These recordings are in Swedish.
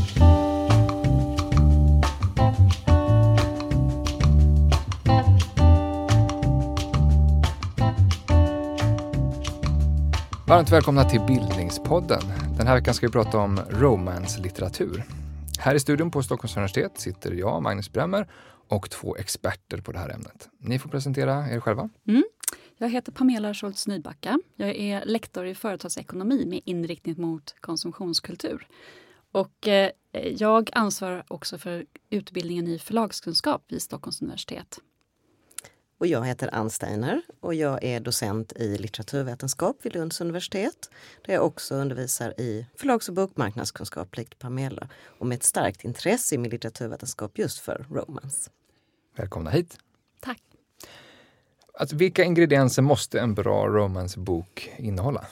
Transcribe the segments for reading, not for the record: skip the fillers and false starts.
Varmt välkomna till Bildningspodden. Den här veckan ska vi prata om romance-litteratur. Här i studion på Stockholms universitet sitter jag, Magnus Bremmer, och 2 experter på det här ämnet. Ni får presentera er själva. Jag heter Pamela Scholz Nybacka. Jag är lektor i företagsekonomi med inriktning mot konsumtionskultur. Och jag ansvarar också för utbildningen i förlagskunskap vid Stockholms universitet. Och jag heter Ann Steiner och jag är docent i litteraturvetenskap vid Lunds universitet. Där jag också undervisar i förlags- och bokmarknadskunskap likt Pamela. Och med ett starkt intresse i min litteraturvetenskap just för romance. Välkomna hit. Tack. Alltså, vilka ingredienser måste en bra romancebok innehålla?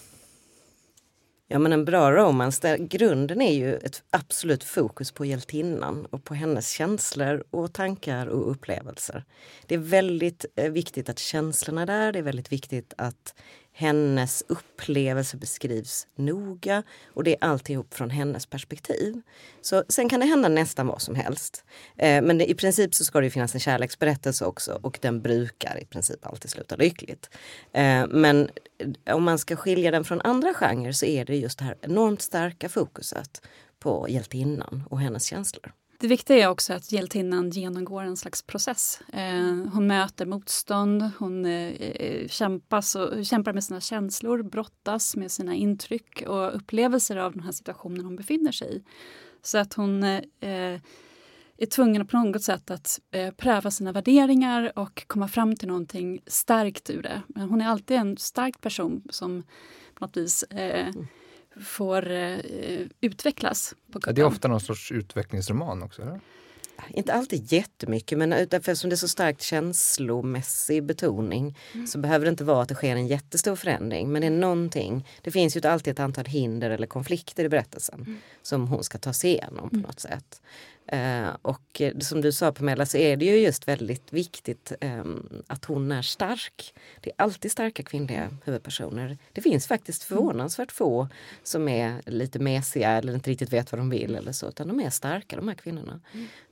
Ja, men en bra romance, där grunden är ju ett absolut fokus på hjältinnan och på hennes känslor och tankar och upplevelser. Det är väldigt viktigt att känslorna är där, det är väldigt viktigt att hennes upplevelser beskrivs noga och det är alltihop från hennes perspektiv. Så sen kan det hända nästan vad som helst. Men i princip så ska det finnas en kärleksberättelse också och den brukar i princip alltid sluta lyckligt. Men om man ska skilja den från andra genrer så är det just det här enormt starka fokuset på hjältinnan och hennes känslor. Det viktiga är också att hjältinnan genomgår en slags process. Hon möter motstånd, hon kämpar med sina känslor, brottas med sina intryck och upplevelser av den här situationen hon befinner sig i. Så att hon är tvungen på något sätt att pröva sina värderingar och komma fram till någonting starkt ur det. Men hon är alltid en stark person som på något vis får utvecklas. På Det är ofta någon sorts utvecklingsroman också, eller? Inte alltid jättemycket, men eftersom det är så starkt känslomässig betoning så behöver det inte vara att det sker en jättestor förändring. Men det är någonting, det finns ju alltid ett antal hinder eller konflikter i berättelsen som hon ska ta sig igenom på något sätt. Och som du sa, Pamela, så är det ju just väldigt viktigt att hon är stark. Det är alltid starka kvinnliga huvudpersoner. Det finns faktiskt förvånansvärt få som är lite mesiga eller inte riktigt vet vad de vill eller så, utan de är starka, de här kvinnorna.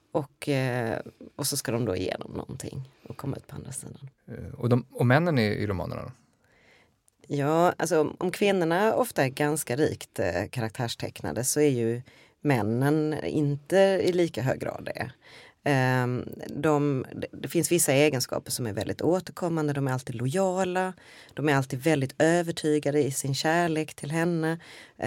Och så ska de då igenom någonting och komma ut på andra sidan. Och männen i romanerna då? Ja, alltså om kvinnorna ofta är ganska rikt karaktärstecknade så är ju männen inte i lika hög grad det. Det finns vissa egenskaper som är väldigt återkommande. De är alltid lojala. De är alltid väldigt övertygade i sin kärlek till henne.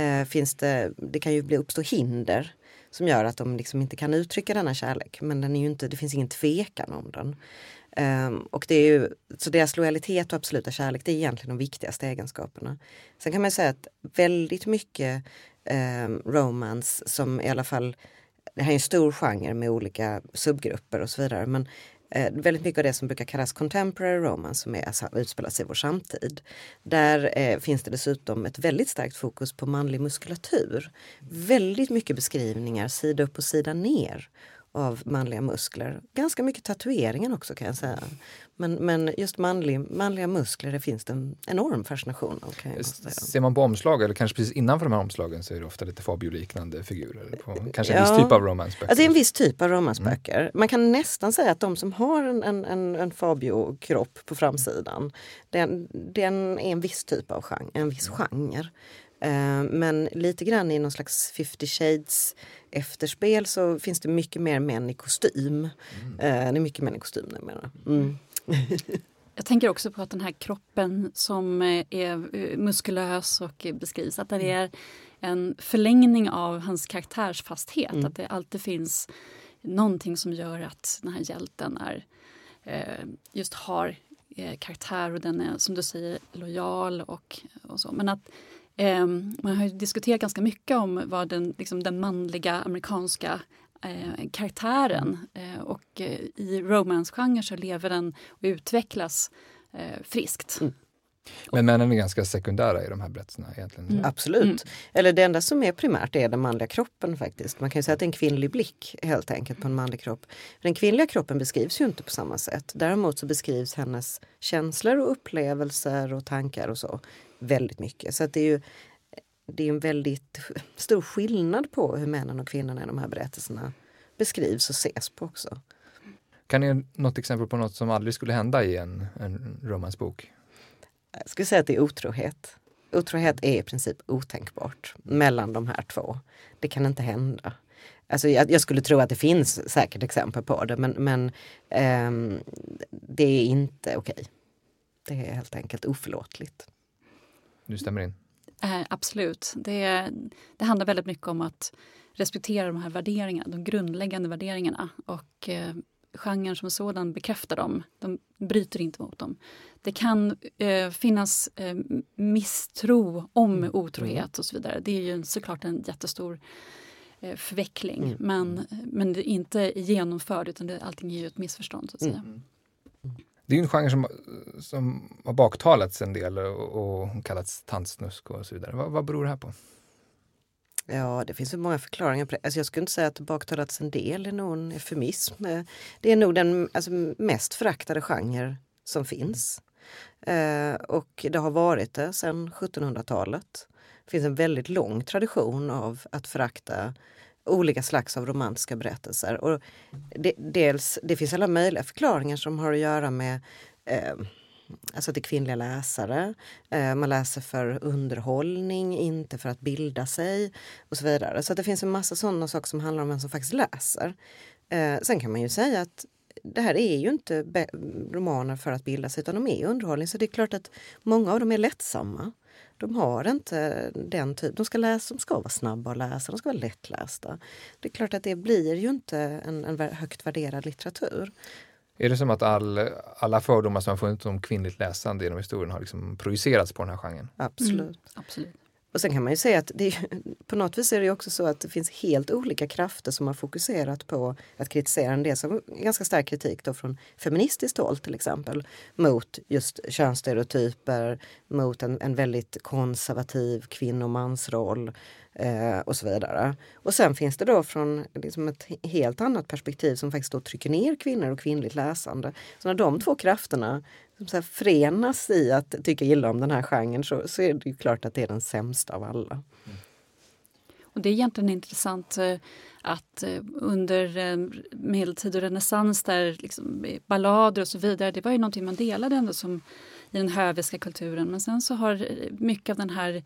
Det kan ju uppstå hinder som gör att de liksom inte kan uttrycka denna kärlek. Men det finns ingen tvekan om den. Och det är ju, så deras lojalitet och absoluta kärlek, det är egentligen de viktigaste egenskaperna. Sen kan man säga att väldigt mycket romance som i alla fall, det här är en stor genre med olika subgrupper och så vidare, men väldigt mycket av det som brukar kallas contemporary romance som utspelar sig i vår samtid. Där finns det dessutom ett väldigt starkt fokus på manlig muskulatur. Väldigt mycket beskrivningar, sida upp och sida ner av manliga muskler. Ganska mycket tatueringen också kan jag säga. Men just manliga muskler, det finns det en enorm fascination av. Ser man på omslag eller kanske precis innanför de här omslagen så är det ofta lite Fabio-liknande figurer. Kanske en viss typ av romansböcker. Alltså en viss typ av romansböcker. Man kan nästan säga att de som har en Fabio-kropp på framsidan, den är en viss typ av en viss genre. Men lite grann i någon slags 50 Shades efterspel så finns det mycket mer män i kostym. Det är mycket män i kostym nu menar jag. Jag tänker också på att den här kroppen som är muskulös och beskrivs, att det är en förlängning av hans karaktärsfasthet. Att det alltid finns någonting som gör att den här hjälten just har karaktär och den är, som du säger, lojal och så. Men att man har ju diskuterat ganska mycket om vad den manliga amerikanska karaktären och i romance-genren så lever den och utvecklas friskt. Men männen är ganska sekundära i de här berättelserna egentligen. Absolut. Eller det enda som är primärt är den manliga kroppen faktiskt. Man kan ju säga att det är en kvinnlig blick helt enkelt på en manlig kropp. Den kvinnliga kroppen beskrivs ju inte på samma sätt. Däremot så beskrivs hennes känslor och upplevelser och tankar och så väldigt mycket. Så att det är ju det är en väldigt stor skillnad på hur männen och kvinnorna i de här berättelserna beskrivs och ses på också. Kan ni ge något exempel på något som aldrig skulle hända i en romansbok? Jag skulle säga att det är otrohet. Otrohet är i princip otänkbart mellan de här två. Det kan inte hända. Alltså jag skulle tro att det finns säkert exempel på det, men det är inte okej. Det är helt enkelt oförlåtligt. Du stämmer in. Absolut. Det handlar väldigt mycket om att respektera de här värderingarna, de grundläggande värderingarna. Och genren som sådan bekräftar dem. De bryter inte mot dem. Det kan finnas misstro om otrohet och så vidare. Det är ju såklart en jättestor förveckling. Men det är inte genomförd, utan allting är ju ett missförstånd så att säga. Det är ju en genre som har baktalats en del och kallats tantsnusk och så vidare. Vad beror det här på? Ja, det finns ju många förklaringar på det. Alltså jag skulle inte säga att det baktalats en del är nog en eufemism. Det är nog den mest föraktade genre som finns. Och det har varit det sedan 1700-talet. Det finns en väldigt lång tradition av att förakta olika slags av romantiska berättelser. Och det finns alla möjliga förklaringar som har att göra med alltså till kvinnliga läsare. Man läser för underhållning, inte för att bilda sig och så vidare. Så att det finns en massa sådana saker som handlar om vem som faktiskt läser. Sen kan man ju säga att det här är ju inte romaner för att bilda sig, utan de är underhållning. Så det är klart att många av dem är lättsamma. De har inte den typ. De ska vara snabba att läsa, de ska vara lättlästa. Det är klart att det blir ju inte en högt värderad litteratur. Är det som att alla fördomar som har funnits om kvinnligt läsande genom historien har liksom projicerats på den här genren? Absolut. Absolut. Och sen kan man ju säga att på något vis är det ju också så att det finns helt olika krafter som har fokuserat på att kritisera en del som ganska stark kritik då från feministiskt håll till exempel mot just könsstereotyper, mot en väldigt konservativ kvinnomansroll och så vidare. Och sen finns det då från liksom ett helt annat perspektiv som faktiskt då trycker ner kvinnor och kvinnligt läsande. Så när de två krafterna så här förenas i att tycka illa om den här genren så är det ju klart att det är den sämsta av alla. Och det är egentligen intressant att under medeltid och renässans där liksom ballader och så vidare, det var ju någonting man delade ändå som i den höviska kulturen. Men sen så har mycket av den här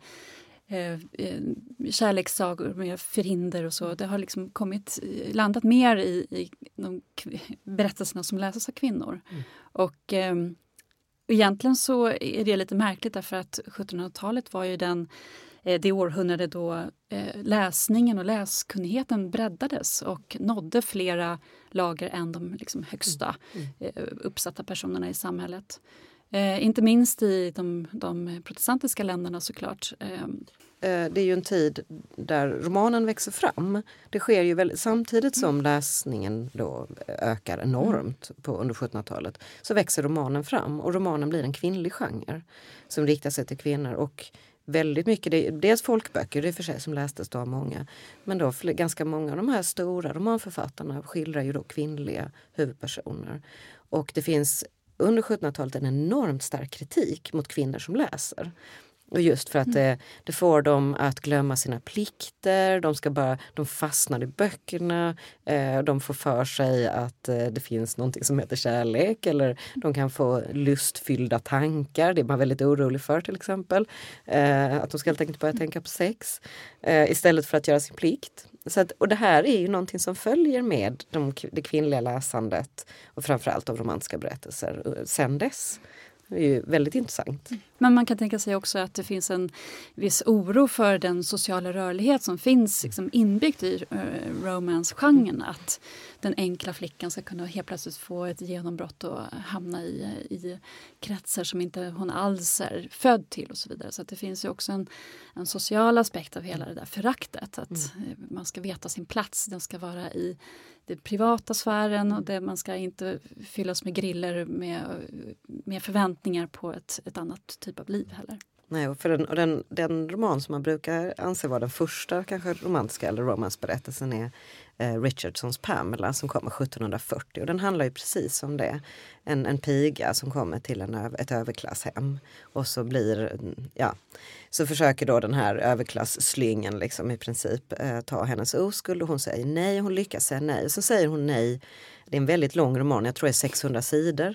kärlekssagor med förhinder och så, det har liksom landat mer i de berättelserna som läses av kvinnor. Och egentligen så är det lite märkligt därför att 1700-talet var ju det århundrade då läsningen och läskunnigheten breddades och nådde flera lager än de liksom högsta uppsatta personerna i samhället. Inte minst i de protestantiska länderna såklart. Det är ju en tid där romanen växer fram. Det sker ju väldigt, samtidigt som läsningen då ökar enormt under 1700-talet så växer romanen fram och romanen blir en kvinnlig genre som riktar sig till kvinnor och väldigt mycket, det är dels folkböcker, det är för sig som lästes då av många, men då ganska många av de här stora romanförfattarna skildrar ju då kvinnliga huvudpersoner. Och det finns under 1700-talet en enormt stark kritik mot kvinnor som läser. Och just för att det får dem att glömma sina plikter, de fastnar i böckerna, de får för sig att det finns någonting som heter kärlek eller de kan få lustfyllda tankar, det är man väldigt orolig för till exempel. Att de ska helt enkelt börja tänka på sex istället för att göra sin plikt. Och det här är ju någonting som följer med det kvinnliga läsandet och framförallt av romantiska berättelser sen dess. Det är ju väldigt intressant. Men man kan tänka sig också att det finns en viss oro för den sociala rörlighet som finns liksom inbyggt i romance-genren. Att den enkla flickan ska kunna helt plötsligt få ett genombrott och hamna i kretsar som inte hon alls är född till och så vidare. Så att det finns ju också en social aspekt av hela det där föraktet. Att man ska veta sin plats, den ska vara i den privata sfären och man ska inte fyllas med griller med förväntningar på ett annat typ av liv heller. Nej, och den roman som man brukar anse vara den första kanske romantiska eller romansberättelsen är Richardsons Pamela som kommer 1740 och den handlar ju precis om det. En piga som kommer till ett överklasshem och så så försöker då den här överklassslyngen liksom i princip ta hennes oskuld och hon säger nej, hon lyckas säga nej. Så säger hon nej. Det är en väldigt lång roman, jag tror det är 600 sidor.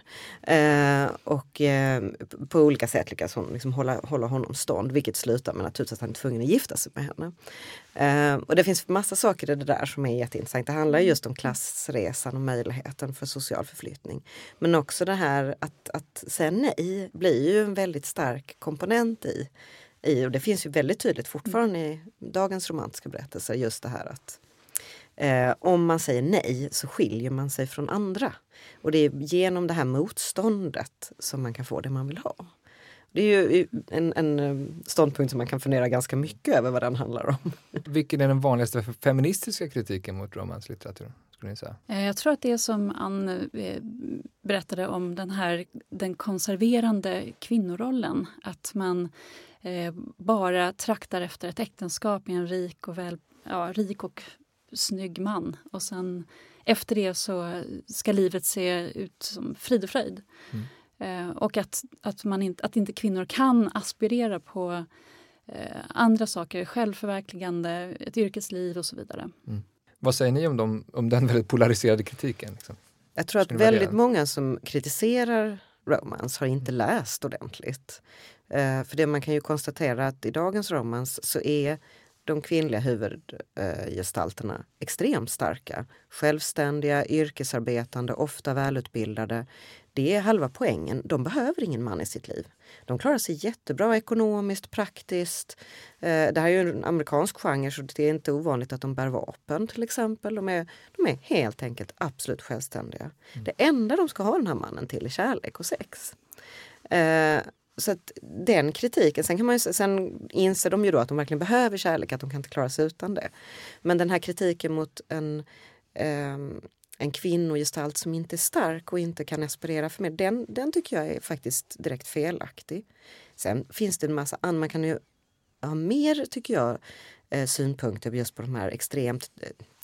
På olika sätt lyckas hon liksom hålla honom stånd, vilket slutar med naturligtvis att han är tvungen att gifta sig med henne. Och det finns massa saker i det där som är jätteintressant. Det handlar just om klassresan och möjligheten för social förflyttning. Men också det här att säga nej blir ju en väldigt stark komponent i och det finns ju väldigt tydligt fortfarande i dagens romantiska berättelser just det här att om man säger nej så skiljer man sig från andra. Och det är genom det här motståndet som man kan få det man vill ha. Det är ju en ståndpunkt som man kan fundera ganska mycket över vad den handlar om. Vilken är den vanligaste feministiska kritiken mot romanslitteratur, skulle ni säga? Jag tror att det är som Ann berättade om den konserverande kvinnorollen. Att man bara traktar efter ett äktenskap med en rik och snygg man. Och sen efter det så ska livet se ut som frid och fröjd. Och att inte kvinnor kan aspirera på andra saker, självförverkligande, ett yrkesliv och så vidare. Vad säger ni om den väldigt polariserade kritiken? Liksom? Jag tror att väldigt många som kritiserar romans har inte läst ordentligt. För det man kan ju konstatera att i dagens romans så är de kvinnliga huvudgestalterna extremt starka. Självständiga, yrkesarbetande, ofta välutbildade. Det är halva poängen. De behöver ingen man i sitt liv. De klarar sig jättebra ekonomiskt, praktiskt. Det här är ju en amerikansk genre så det är inte ovanligt att de bär vapen till exempel. De är helt enkelt absolut självständiga. Det enda de ska ha den här mannen till är kärlek och sex. Så att den kritiken, sen inser de ju då att de verkligen behöver kärlek, att de kan inte klara sig utan det. Men den här kritiken mot en kvinnogestalt som inte är stark och inte kan aspirera för mer, den tycker jag är faktiskt direkt felaktig. Sen finns det en massa annat, man kan ju ha mer tycker jag synpunkter just på de här extremt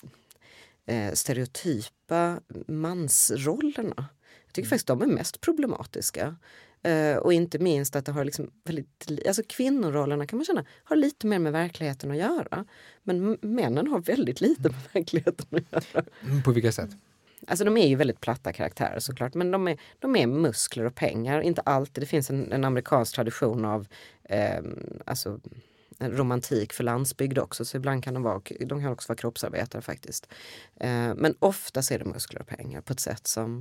stereotypa mansrollerna. Jag tycker faktiskt de är mest problematiska. Och inte minst att det har liksom alltså kvinnorollerna kan man känna har lite mer med verkligheten att göra. Men männen har väldigt lite med verkligheten att göra. På vilka sätt? Alltså de är ju väldigt platta karaktärer såklart. Men de är muskler och pengar. Inte alltid. Det finns en amerikansk tradition av alltså en romantik för landsbygd också. Så ibland kan de kan också vara kroppsarbetare faktiskt. Men ofta är det muskler och pengar på ett sätt som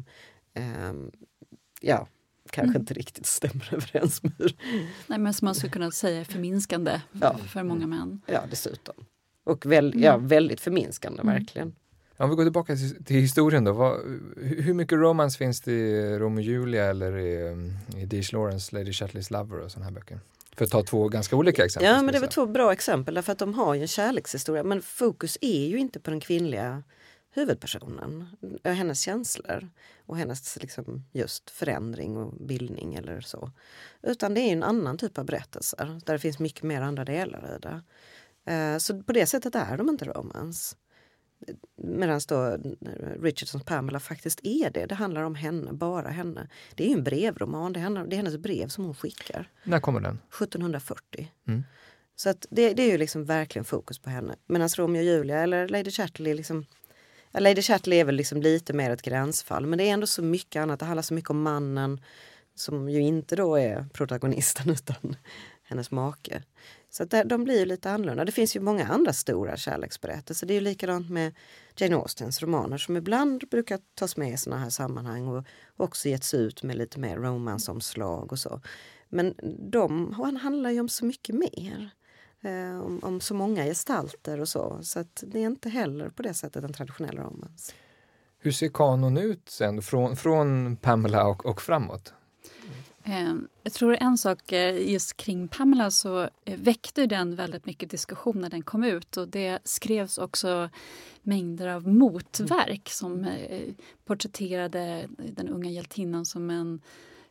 kanske inte riktigt stämmer överens med hur. Nej, men som man skulle kunna säga förminskande för många män. Ja, dessutom. Och väldigt förminskande verkligen. Om vi går tillbaka till historien då. Hur mycket romans finns det i Romeo och Julia eller i D.H. Lawrence, Lady Chatterleys Lover och sådana här böcker? För att ta två ganska olika exempel. Ja, men det var två bra exempel därför att de har ju en kärlekshistoria. Men fokus är ju inte på den kvinnliga huvudpersonen, hennes känslor och hennes liksom just förändring och bildning eller så. Utan det är en annan typ av berättelser där det finns mycket mer andra delar i det. Så på det sättet är de inte romans. Medan då Richardsons Pamela faktiskt är det. Det handlar om henne, bara henne. Det är ju en brevroman, det är hennes brev som hon skickar. När kommer den? 1740. Så att det är ju liksom verkligen fokus på henne. Medan Romeo och Julia eller Lady Chatterley liksom... Lady Chatterley är väl liksom lite mer ett gränsfall. Men det är ändå så mycket annat. Det handlar så mycket om mannen som ju inte då är protagonisten utan hennes make. Så att de blir ju lite annorlunda. Det finns ju många andra stora kärleksberättelser. Det är ju likadant med Jane Austens romaner som ibland brukar tas med i såna här sammanhang och också getts ut med lite mer romansomslag och så. Men han handlar ju om så mycket mer. Om så många gestalter och så. Så att det är inte heller på det sättet en traditionell romans. Hur ser kanon ut sen från Pamela och framåt? Jag tror en sak just kring Pamela så väckte den väldigt mycket diskussion när den kom ut. Och det skrevs också mängder av motverk som porträtterade den unga hjältinnan som en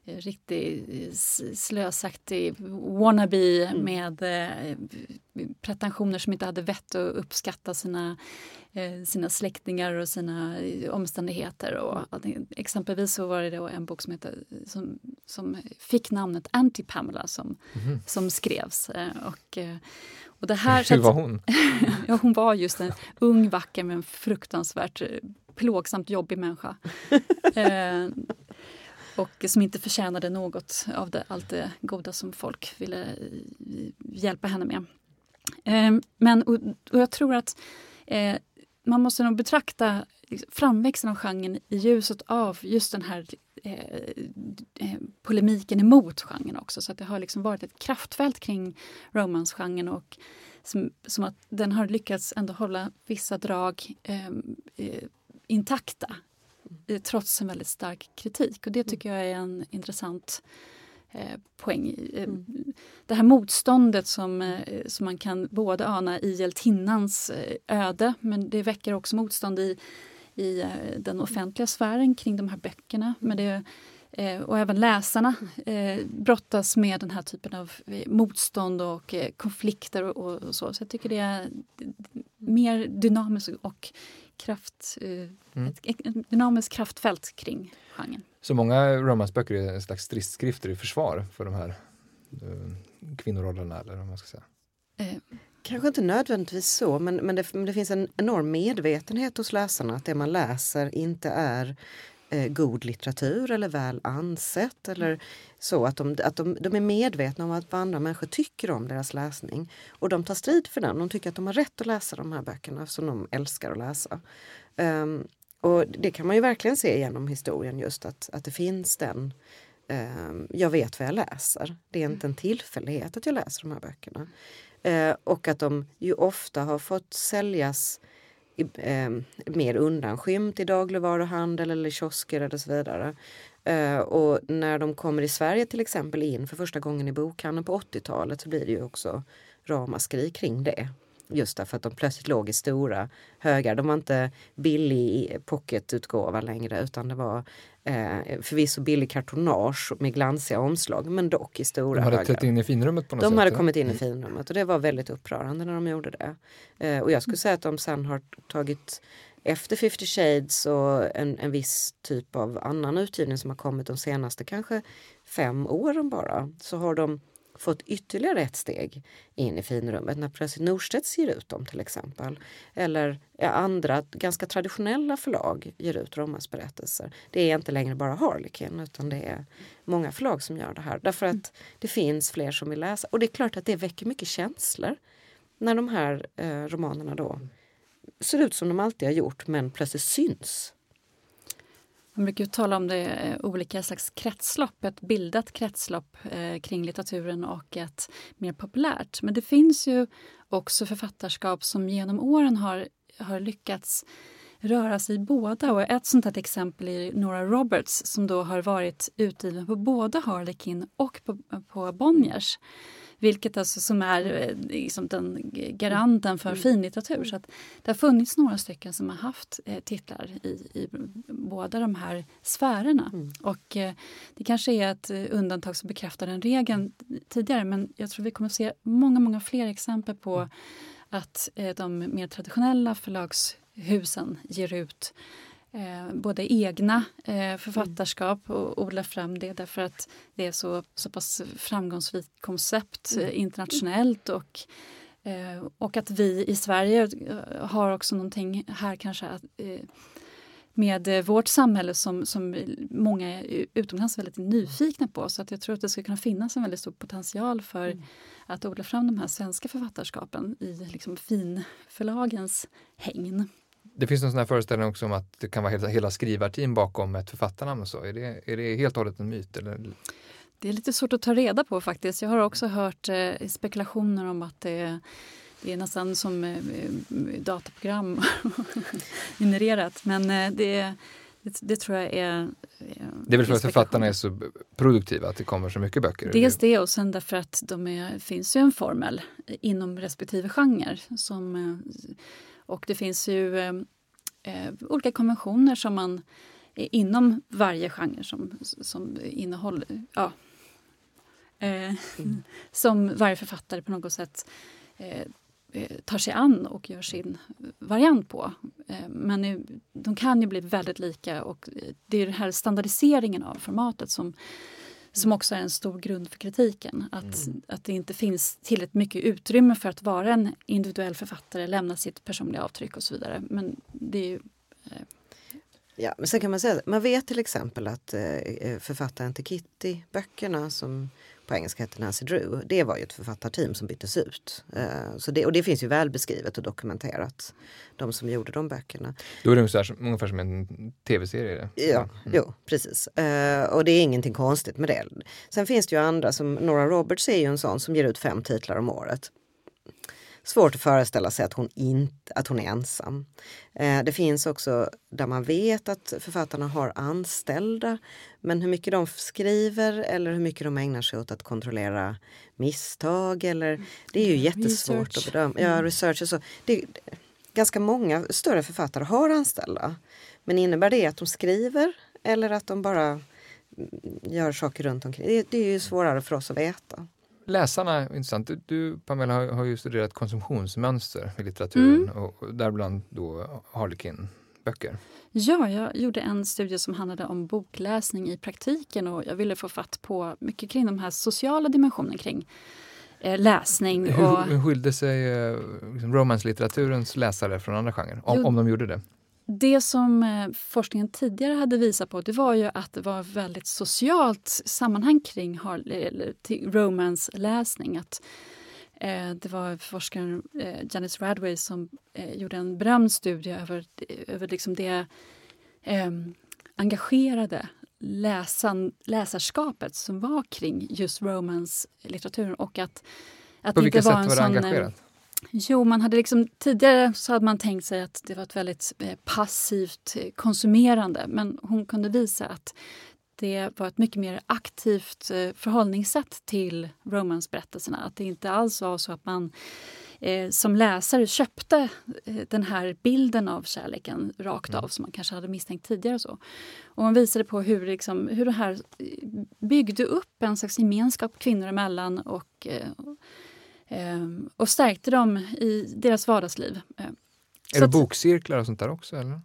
riktigt slösaktig wannabe med pretensioner som inte hade vett att uppskatta sina släktingar och sina omständigheter. Och exempelvis så var det då en bok som fick namnet Anti-Pamela som skrevs. Och det här, hur var hon? Ja, hon var just en ung, vacker men fruktansvärt plågsamt jobbig människa. Och som inte förtjänade något av allt det goda som folk ville hjälpa henne med. Och jag tror att man måste nog betrakta framväxten av genren i ljuset av just den här polemiken emot genren också. Så att det har liksom varit ett kraftfält kring romansgenren och som att den har lyckats ändå hålla vissa drag intakta trots en väldigt stark kritik. Och det tycker jag är en intressant poäng. Det här motståndet som man kan både ana i hjältinnans öde, men det väcker också motstånd i den offentliga sfären kring de här böckerna. Men och även läsarna brottas med den här typen av motstånd och konflikter och så. Så jag tycker det är mer dynamiskt och ett dynamiskt kraftfält kring genren. Så många romansböcker är en slags stridsskrifter i försvar för de här kvinnorollerna, eller vad man ska säga? Kanske inte nödvändigtvis så, men det finns en enorm medvetenhet hos läsarna att det man läser inte är god litteratur eller väl ansett eller så, att de är medvetna om vad andra människor tycker om deras läsning och de tar strid för den. De tycker att de har rätt att läsa de här böckerna som de älskar att läsa. Och det kan man ju verkligen se genom historien, just att det finns den jag vet vad jag läser. Det är inte en tillfällighet att jag läser de här böckerna. Och att de ju ofta har fått säljas mer undanskymt i dagligvaruhandel eller kiosker eller så vidare. Och när de kommer i Sverige till exempel in för första gången i bokhandeln på 80-talet så blir det ju också ramaskri kring det. Just därför att de plötsligt låg i stora högar. De var inte billig pocketutgåva längre, utan det var förvisso billig kartonage med glansiga omslag, men dock i stora högar. De hade tagit in i finrummet på något sätt? De hade kommit in i finrummet och det var väldigt upprörande när de gjorde det. Och jag skulle säga att de sen har tagit efter 50 Shades och en viss typ av annan utgivning som har kommit de senaste kanske 5 åren bara, så har de fått ytterligare ett steg in i finrummet när plötsligt Norstedts ger ut dem till exempel. Eller andra ganska traditionella förlag ger ut romansberättelser. Det är inte längre bara Harlequin, utan det är många förlag som gör det här. Därför att det finns fler som vill läsa. Och det är klart att det väcker mycket känslor när de här romanerna då ser ut som de alltid har gjort, men plötsligt syns. Man brukar ju tala om det olika slags kretslopp, ett bildat kretslopp kring litteraturen och ett mer populärt. Men det finns ju också författarskap som genom åren har lyckats röra sig i båda. Och ett sånt här exempel är Nora Roberts som då har varit utgiven på både Harlequin och på Bonniers. Vilket alltså som är liksom den garanten för finlitteratur. Så att det har funnits några stycken som har haft titlar i båda de här sfärerna. Och det kanske är ett undantag som bekräftar den regeln tidigare. Men jag tror vi kommer att se många, många fler exempel på att de mer traditionella förlagshusen ger ut både egna författarskap och odla fram det därför att det är så pass framgångsrikt koncept internationellt och att vi i Sverige har också någonting här kanske med vårt samhälle som många utomlands är väldigt nyfikna på, så att jag tror att det ska kunna finnas en väldigt stor potential för att odla fram de här svenska författarskapen i liksom finförlagens hägn. Det finns en sån här föreställning också om att det kan vara hela skrivarteam bakom ett författarnamn och så. Är det helt och hållet en myt? Eller? Det är lite svårt att ta reda på faktiskt. Jag har också hört spekulationer om att det är nästan som dataprogram genererat. Men det tror jag är... Det är väl för att författarna är så produktiva att det kommer så mycket böcker? Dels det och sen därför att finns ju en formel inom respektive genre och det finns ju olika konventioner som man inom varje genre som innehåller, som varje författare på något sätt tar sig an och gör sin variant på. Men de kan ju bli väldigt lika, och det är den här standardiseringen av formatet som också är en stor grund för kritiken. Att det inte finns tillräckligt mycket utrymme för att vara en individuell författare, lämna sitt personliga avtryck och så vidare. Men det är ju... Ja, men sen kan man säga, man vet till exempel att författaren till Kitty-böckerna, som på engelska heter Nancy Drew, det var ju ett författarteam som byttes ut. Och det finns ju väl beskrivet och dokumenterat, de som gjorde de böckerna. Då är det ungefär som en tv-serie. Ja, jo, precis. Och det är ingenting konstigt med det. Sen finns det ju andra, som Nora Roberts är ju en sån som ger ut 5 titlar om året. Svårt att föreställa sig att hon är ensam. Det finns också där man vet att författarna har anställda, men hur mycket de skriver eller hur mycket de ägnar sig åt att kontrollera misstag, eller det är ju jättesvårt att bedöma. Ja, research och så. Ganska många större författare har anställda, men innebär det att de skriver eller att de bara gör saker runt omkring? Det är ju svårare för oss att veta. Läsarna, intressant. Du, Pamela, har ju studerat konsumtionsmönster i litteraturen och däribland då Harlequin-böcker. Ja, jag gjorde en studie som handlade om bokläsning i praktiken, och jag ville få fatt på mycket kring de här sociala dimensionerna kring läsning. Hur skilde sig romance-litteraturens läsare från andra genrer, om de gjorde det? Det som forskningen tidigare hade visat på, det var ju att det var väldigt socialt sammanhang kring romance-läsning. Att det var forskaren Janice Radway som gjorde en berömd studie över liksom det engagerade läsarskapet som var kring just romance-litteraturen. Och att på vilka sätt var det engagerat? Jo, man hade tidigare så hade man tänkt sig att det var ett väldigt passivt konsumerande, men hon kunde visa att det var ett mycket mer aktivt förhållningssätt till romansberättelserna. Att det inte alls var så att man som läsare köpte den här bilden av kärleken rakt av som man kanske hade misstänkt tidigare. Så. Och hon visade på hur det här byggde upp en slags gemenskap kvinnor emellan och stärkte dem i deras vardagsliv. Är det bokcirklar och sånt där också? Eller?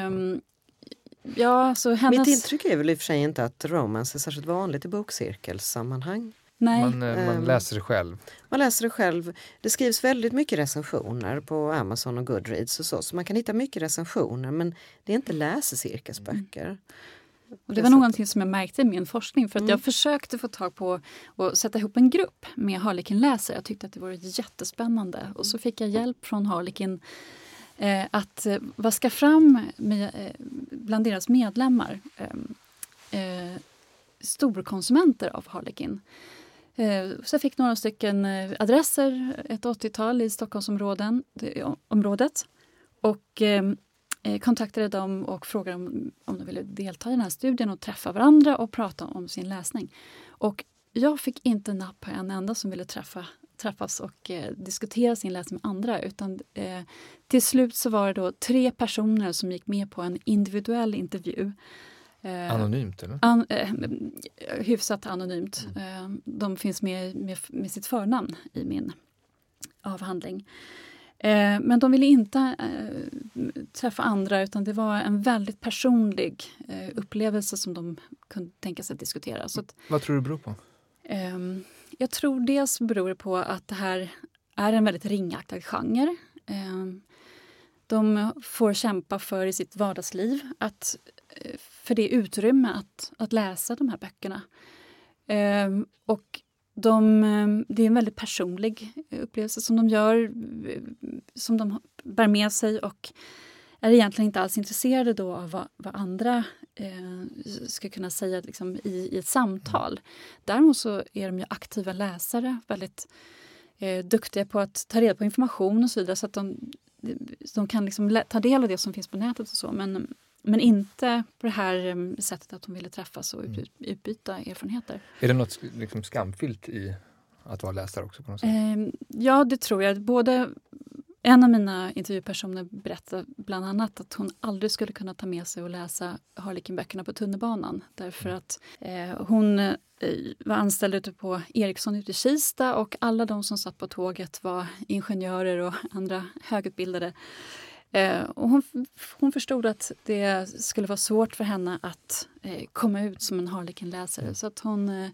Ja, så hennes... Mitt intryck är väl i och för sig inte att romance är särskilt vanligt i bokcirkelsammanhang. Nej. Man läser det själv. Man läser det själv. Det skrivs väldigt mycket recensioner på Amazon och Goodreads och så man kan hitta mycket recensioner, men det är inte läsecirkelsböcker. Och det var någonting som jag märkte i min forskning, för att jag försökte få tag på och sätta ihop en grupp med Harlequin-läsare. Jag tyckte att det var jättespännande. Och så fick jag hjälp från Harlequin att vaska fram bland deras medlemmar storkonsumenter av Harlequin. Så jag fick några stycken adresser, ett 80-tal i Stockholmsområdet, och kontaktade dem och frågade om de ville delta i den här studien och träffa varandra och prata om sin läsning. Och jag fick inte napp på en enda som ville träffas och diskutera sin läsning med andra, utan till slut så var det då 3 personer som gick med på en individuell intervju. Anonymt eller? Hyfsat anonymt. De finns med sitt förnamn i min avhandling. Men de ville inte träffa andra, utan det var en väldigt personlig upplevelse som de kunde tänka sig att diskutera. Så att, vad tror du det beror på? Jag tror dels beror det på att det här är en väldigt ringaktad genre. De får kämpa för i sitt vardagsliv för det utrymme att läsa de här böckerna. Och det är en väldigt personlig upplevelse som de gör, som de bär med sig, och är egentligen inte alls intresserade då av vad andra ska kunna säga liksom, i ett samtal. Däremot så är de ju aktiva läsare, väldigt duktiga på att ta reda på information och så vidare, så att de kan liksom ta del av det som finns på nätet och så, men inte på det här sättet att de ville träffas och utbyta erfarenheter. Är det något liksom skamfyllt i att vara läsare också på något sätt? Ja, det tror jag. Både En av mina intervjupersoner berättade bland annat att hon aldrig skulle kunna ta med sig och läsa Harlequin-böckerna på tunnelbanan. Därför att hon var anställd ute på Ericsson ute i Kista och alla de som satt på tåget var ingenjörer och andra högutbildade. Och hon förstod att det skulle vara svårt för henne att komma ut som en Harlequin-läsare. Så att hon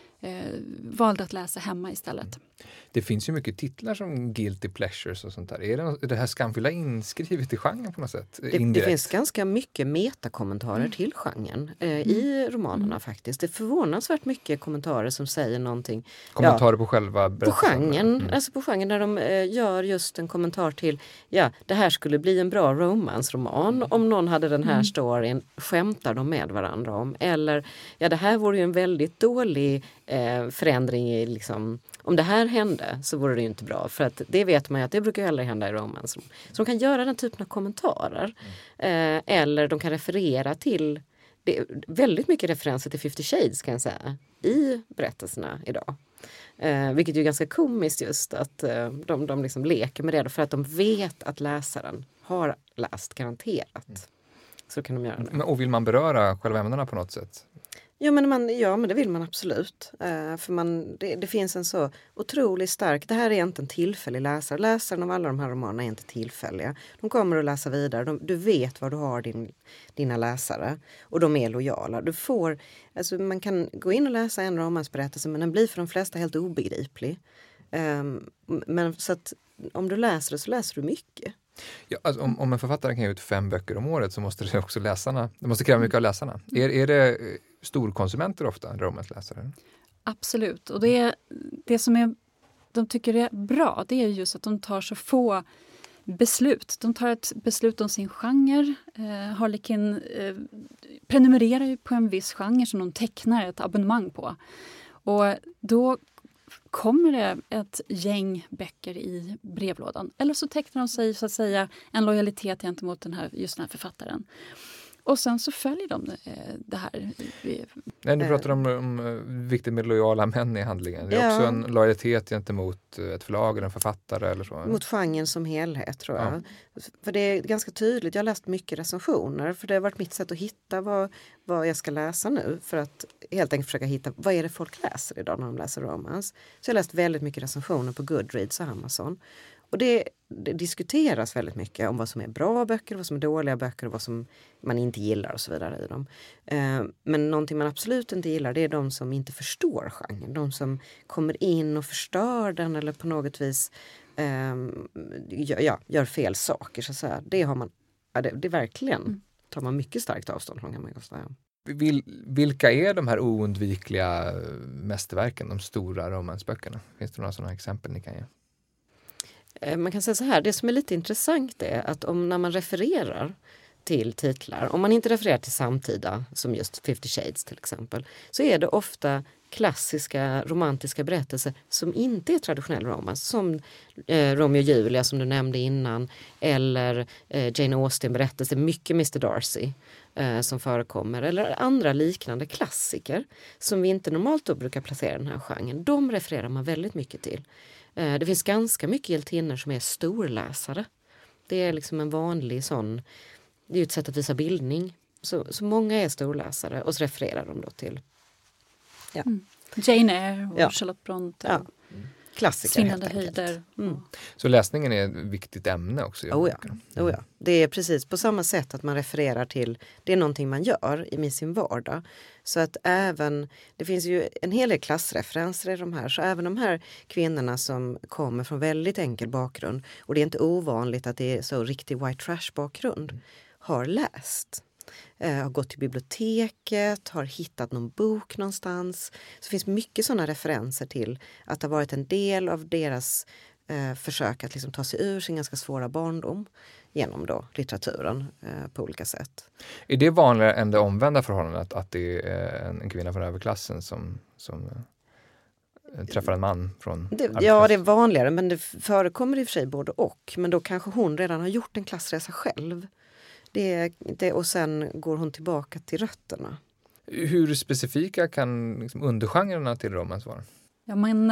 valde att läsa hemma istället. Det finns ju mycket titlar som Guilty Pleasures och sånt där. Är det här skamfylla inskrivet i genren på något sätt? Det finns ganska mycket metakommentarer till genren i romanerna faktiskt. Det är förvånansvärt mycket kommentarer som säger någonting. Kommentarer på själva berättelsen? På genren, alltså på genren där de gör just en kommentar till det här skulle bli en bra romansroman om någon hade den här storyn, skämtar de med varandra om. Eller det här vore ju en väldigt dålig förändring i liksom, om det här hände så vore det ju inte bra. För att det vet man ju att det brukar aldrig hända i romans. Så de kan göra den typen av kommentarer. Eller de kan referera till, det är väldigt mycket referenser till 50 Shades kan jag säga, i berättelserna idag. Vilket är ju ganska komiskt just att de liksom leker med det för att de vet att läsaren har läst garanterat. Så kan de göra det. Och vill man beröra själva ämnena på något sätt? Ja men det vill man absolut. För det finns en så otroligt stark, det här är inte en tillfällig läsare. Läsaren av alla de här romanerna är inte tillfälliga. De kommer att läsa vidare. Du vet vad du har dina läsare. Och de är lojala. Man kan gå in och läsa en romansberättelse men den blir för de flesta helt obegriplig. Men så att om du läser det så läser du mycket. Ja, alltså om en författare kan ge ut 5 böcker om året så måste det också det måste kräva mycket av läsarna. Är det storkonsumenter ofta, romansläsare? Absolut. Och det som de tycker är bra, det är just att de tar så få beslut. De tar ett beslut om sin genre. Harlequin prenumererar ju på en viss genre som de tecknar ett abonnemang på. Och då kommer det ett gäng böcker i brevlådan. Eller så tecknar de sig så att säga en lojalitet gentemot just den här författaren. Och sen så följer de det här. Nej, nu pratar om viktigt med lojala män i handlingen. Det är också en lojalitet gentemot ett förlag eller en författare eller så. Mot genren som helhet tror jag. För det är ganska tydligt. Jag har läst mycket recensioner för det har varit mitt sätt att hitta vad jag ska läsa nu. För att helt enkelt försöka hitta vad är det folk läser idag när de läser romans. Så jag har läst väldigt mycket recensioner på Goodreads och Amazon. Och det diskuteras väldigt mycket om vad som är bra böcker, vad som är dåliga böcker och vad som man inte gillar och så vidare i dem. Men någonting man absolut inte gillar det är de som inte förstår genren. De som kommer in och förstör den eller på något vis gör fel saker. Så att säga. Det har man, det verkligen tar man mycket starkt avstånd från kan man säga. Vilka är de här oundvikliga mästerverken, de stora romansböckerna? Finns det några sådana exempel ni kan ge? Man kan säga så här, det som är lite intressant är att när man refererar till titlar, om man inte refererar till samtida som just 50 Shades till exempel, så är det ofta klassiska romantiska berättelser som inte är traditionell romans, som Romeo och Julia som du nämnde innan, eller Jane Austen berättelse, mycket Mr. Darcy som förekommer, eller andra liknande klassiker som vi inte normalt då brukar placera i den här genren. De refererar man väldigt mycket till. Det finns ganska mycket hjältinnor som är storläsare. Det är liksom en vanlig sån, det är ju ett sätt att visa bildning. Så många är storläsare och så refererar de då till Jane Eyre och Charlotte Bronte. Ja. Klassiker Svindlande helt enkelt. höjder. Så läsningen är ett viktigt ämne också? Ja. Det är precis på samma sätt att man refererar till, det är någonting man gör i sin vardag. Så att det finns ju en hel del klassreferenser i de här, så även de här kvinnorna som kommer från väldigt enkel bakgrund, och det är inte ovanligt att det är så riktig white trash bakgrund, har läst. Har gått till biblioteket, har hittat någon bok någonstans. Så det finns mycket sådana referenser till att det har varit en del av deras försök att liksom ta sig ur sin ganska svåra barndom genom då litteraturen på olika sätt. Är det vanligare än det omvända förhållandet att det är en kvinna från överklassen som träffar en man från arbetarklassen? Ja, det är vanligare, men det förekommer i och för sig både och. Men då kanske hon redan har gjort en klassresa själv. Och sen går hon tillbaka till rötterna. Hur specifika kan undergenrerna till romans vara? Ja, man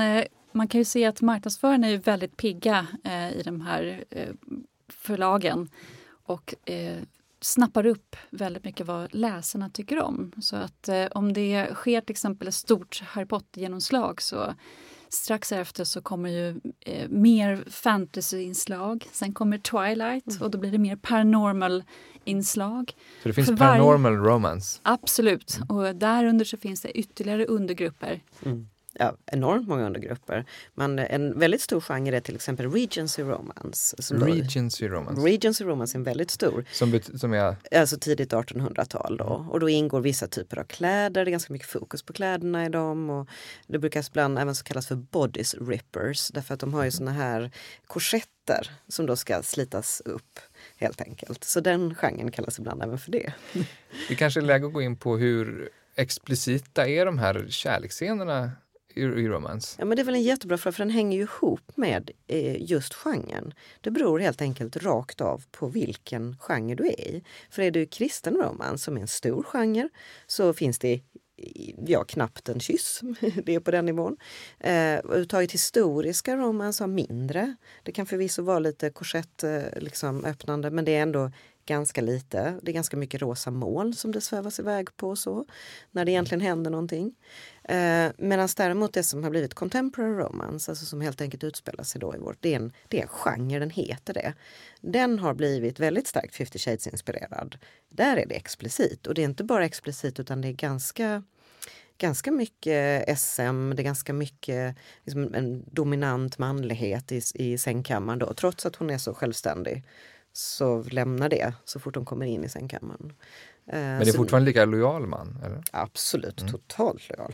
man kan ju se att marknadsförarna är väldigt pigga i de här förlagen och snappar upp väldigt mycket vad läsarna tycker om. Så att om det sker till exempel ett stort Harry Potter-genomslag så strax efter så kommer ju mer fantasy-inslag. Sen kommer Twilight och då blir det mer paranormal-inslag. Så det finns paranormal romance? Absolut. Och därunder så finns det ytterligare undergrupper. Ja, enormt många undergrupper. Men en väldigt stor genre är till exempel Regency Romance. Regency Romance? Regency Romance är väldigt stor. Som är? Alltså tidigt 1800-tal då. Och då ingår vissa typer av kläder. Det är ganska mycket fokus på kläderna i dem. Och det brukar ibland även så kallas för bodice rippers. Därför att de har ju såna här korsetter som då ska slitas upp helt enkelt. Så den genren kallas ibland även för det. Det kanske är läge att gå in på hur explicita är de här kärleksscenerna i romance? Ja, men det är väl en jättebra fråga, för den hänger ju ihop med just genren. Det beror helt enkelt rakt av på vilken genre du är i. För är du kristen romance som är en stor genre så finns det knappt en kyss. Det är på den nivån. Uttaget historiska romance har mindre. Det kan förvisso vara lite korsett öppnande, men det är ändå ganska lite. Det är ganska mycket rosa moln som det svävas iväg på så när det egentligen händer någonting. Medan däremot det som har blivit contemporary romance, alltså som helt enkelt utspelar sig då i vårt, det är en genre, den heter det. Den har blivit väldigt starkt 50 Shades inspirerad. Där är det explicit, och det är inte bara explicit utan det är ganska mycket SM, det är ganska mycket en dominant manlighet i sängkammaren då, trots att hon är så självständig. Så lämnar det så fort de kommer in i sängkammaren. Men det är fortfarande lika lojal man? Eller? Absolut, totalt lojal.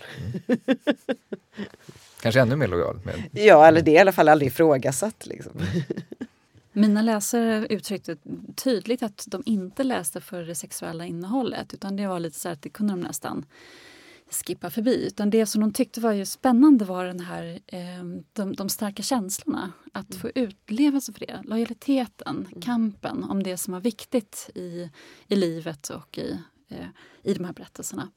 Kanske ännu mer lojal? Ja, eller det är i alla fall aldrig ifrågasatt. Liksom. Mina läsare uttryckte tydligt att de inte läste för det sexuella innehållet, utan det var lite så att det kunde de nästan skippa förbi. Utan det som de tyckte var ju spännande var den här, de starka känslorna. Att få utlevelse för det. Lojaliteten, kampen om det som var viktigt i livet och i de här berättelserna.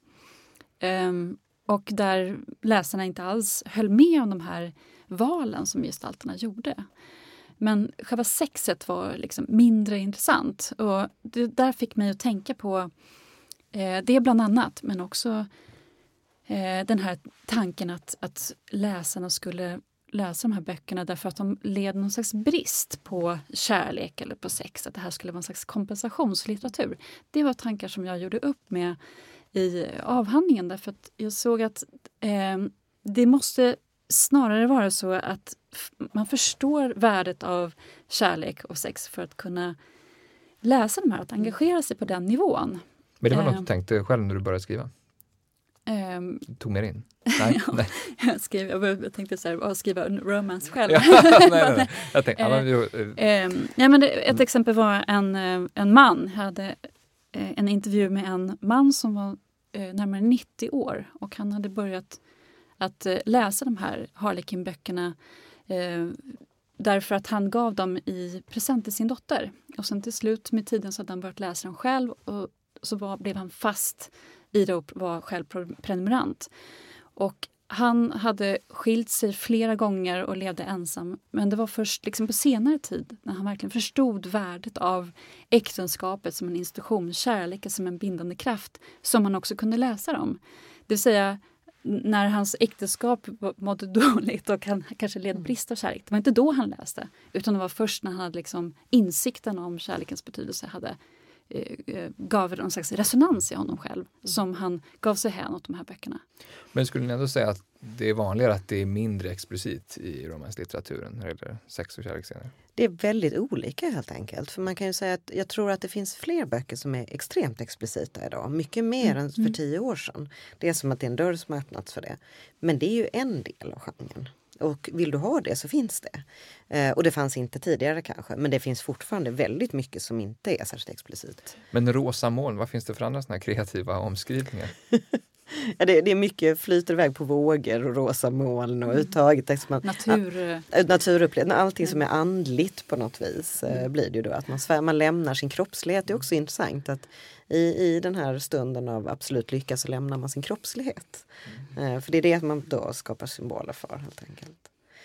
Och där läsarna inte alls höll med om de här valen som gestalterna gjorde. Men själva sexet var liksom mindre intressant. Och det där fick mig att tänka på det bland annat, men också den här tanken att läsarna skulle läsa de här böckerna därför att de led någon slags brist på kärlek eller på sex. Att det här skulle vara en slags kompensationslitteratur. Det var tankar som jag gjorde upp med i avhandlingen, därför att jag såg att det måste snarare vara så att man förstår värdet av kärlek och sex för att kunna läsa de här, att engagera sig på den nivån. Men det var något du tänkte själv när du började skriva? Tog med in? Nej, ja, nej. Jag tänkte så här, skriva en romance själv. nej. Jag tänkte, ett exempel var en man. Jag hade en intervju med en man som var närmare 90 år. Och han hade börjat att läsa de här Harlequin-böckerna därför att han gav dem i present till sin dotter. Och sen till slut med tiden så hade han börjat läsa dem själv, och så blev han fast i det och var själv prenumerant. Och han hade skilt sig flera gånger och levde ensam. Men det var först liksom på senare tid när han verkligen förstod värdet av äktenskapet som en institution, kärleken som en bindande kraft, som han också kunde läsa dem. Det vill säga, när hans äktenskap mådde dåligt och han kanske led brist av kärlek. Det var inte då han läste, utan det var först när han hade liksom insikten om kärlekens betydelse gav någon slags resonans i honom själv, som han gav sig hän åt de här böckerna. Men skulle ni ändå säga att det är vanligare att det är mindre explicit i romanslitteraturen när det gäller sex och kärleksscener? Det är väldigt olika helt enkelt. För man kan ju säga att jag tror att det finns fler böcker som är extremt explicita idag. Mycket mer än för 10 år sedan. Det är som att det är en dörr som har öppnats för det. Men det är ju en del av genren. Och vill du ha det så finns det. Och det fanns inte tidigare kanske. Men det finns fortfarande väldigt mycket som inte är särskilt explicit. Men rosa moln, vad finns det för andra såna här kreativa omskrivningar? Ja, det är mycket flyter iväg på vågor och rosa moln och uttaget. Naturupplevelse. Allting som är andligt på något vis blir det ju då. Att man lämnar sin kroppslighet. Det är också intressant att i den här stunden av absolut lycka så lämnar man sin kroppslighet. För det är det man då skapar symboler för helt enkelt.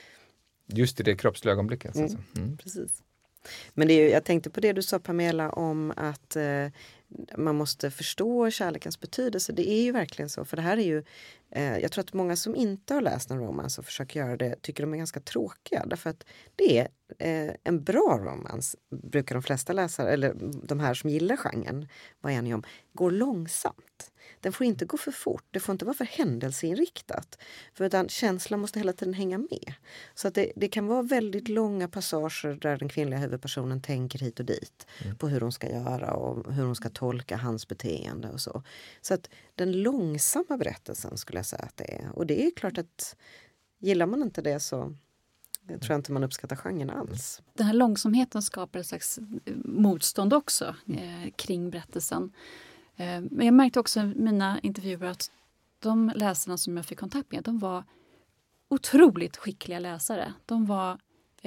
Just i det kroppsliga ögonblicket. Alltså. Precis. Men det är ju, jag tänkte på det du sa Pamela om att man måste förstå kärlekens betydelse. Det är ju verkligen så. För det här är ju, jag tror att många som inte har läst en romans och försöker göra det tycker de är ganska tråkiga. Därför att det är en bra romans, brukar de flesta läsare, eller de här som gillar genren, vad är ni om, går långsamt. Den får inte gå för fort, det får inte vara för händelseinriktat. För utan känslan måste hela tiden hänga med. Så att det kan vara väldigt långa passager där den kvinnliga huvudpersonen tänker hit och dit. På hur hon ska göra och hur hon ska tolka hans beteende och så. Så att den långsamma berättelsen skulle jag säga att det är. Och det är klart att gillar man inte det så jag tror inte man uppskattar genren alls. Den här långsamheten skapar ett slags motstånd också kring berättelsen. Men jag märkte också i mina intervjuer att de läsarna som jag fick kontakt med, de var otroligt skickliga läsare. De var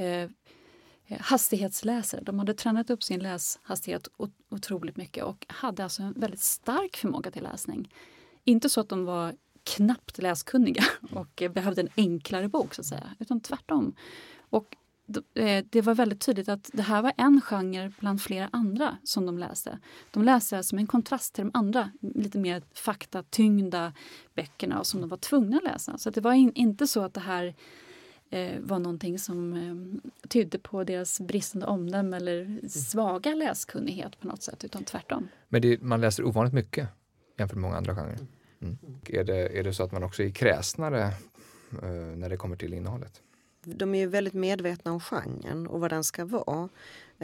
hastighetsläsare. De hade tränat upp sin läshastighet otroligt mycket och hade alltså en väldigt stark förmåga till läsning. Inte så att de var knappt läskunniga och behövde en enklare bok så att säga, utan tvärtom. Och det var väldigt tydligt att det här var en genre bland flera andra som de läste. De läste som en kontrast till de andra lite mer faktatyngda böckerna och som de var tvungna att läsa. Så det var inte så att det här var någonting som tydde på deras bristande omdöme eller svaga läskunnighet på något sätt, utan tvärtom. Men man läser ovanligt mycket jämfört med många andra genrer. Är det så att man också är kräsnare när det kommer till innehållet? De är ju väldigt medvetna om genren och vad den ska vara. Det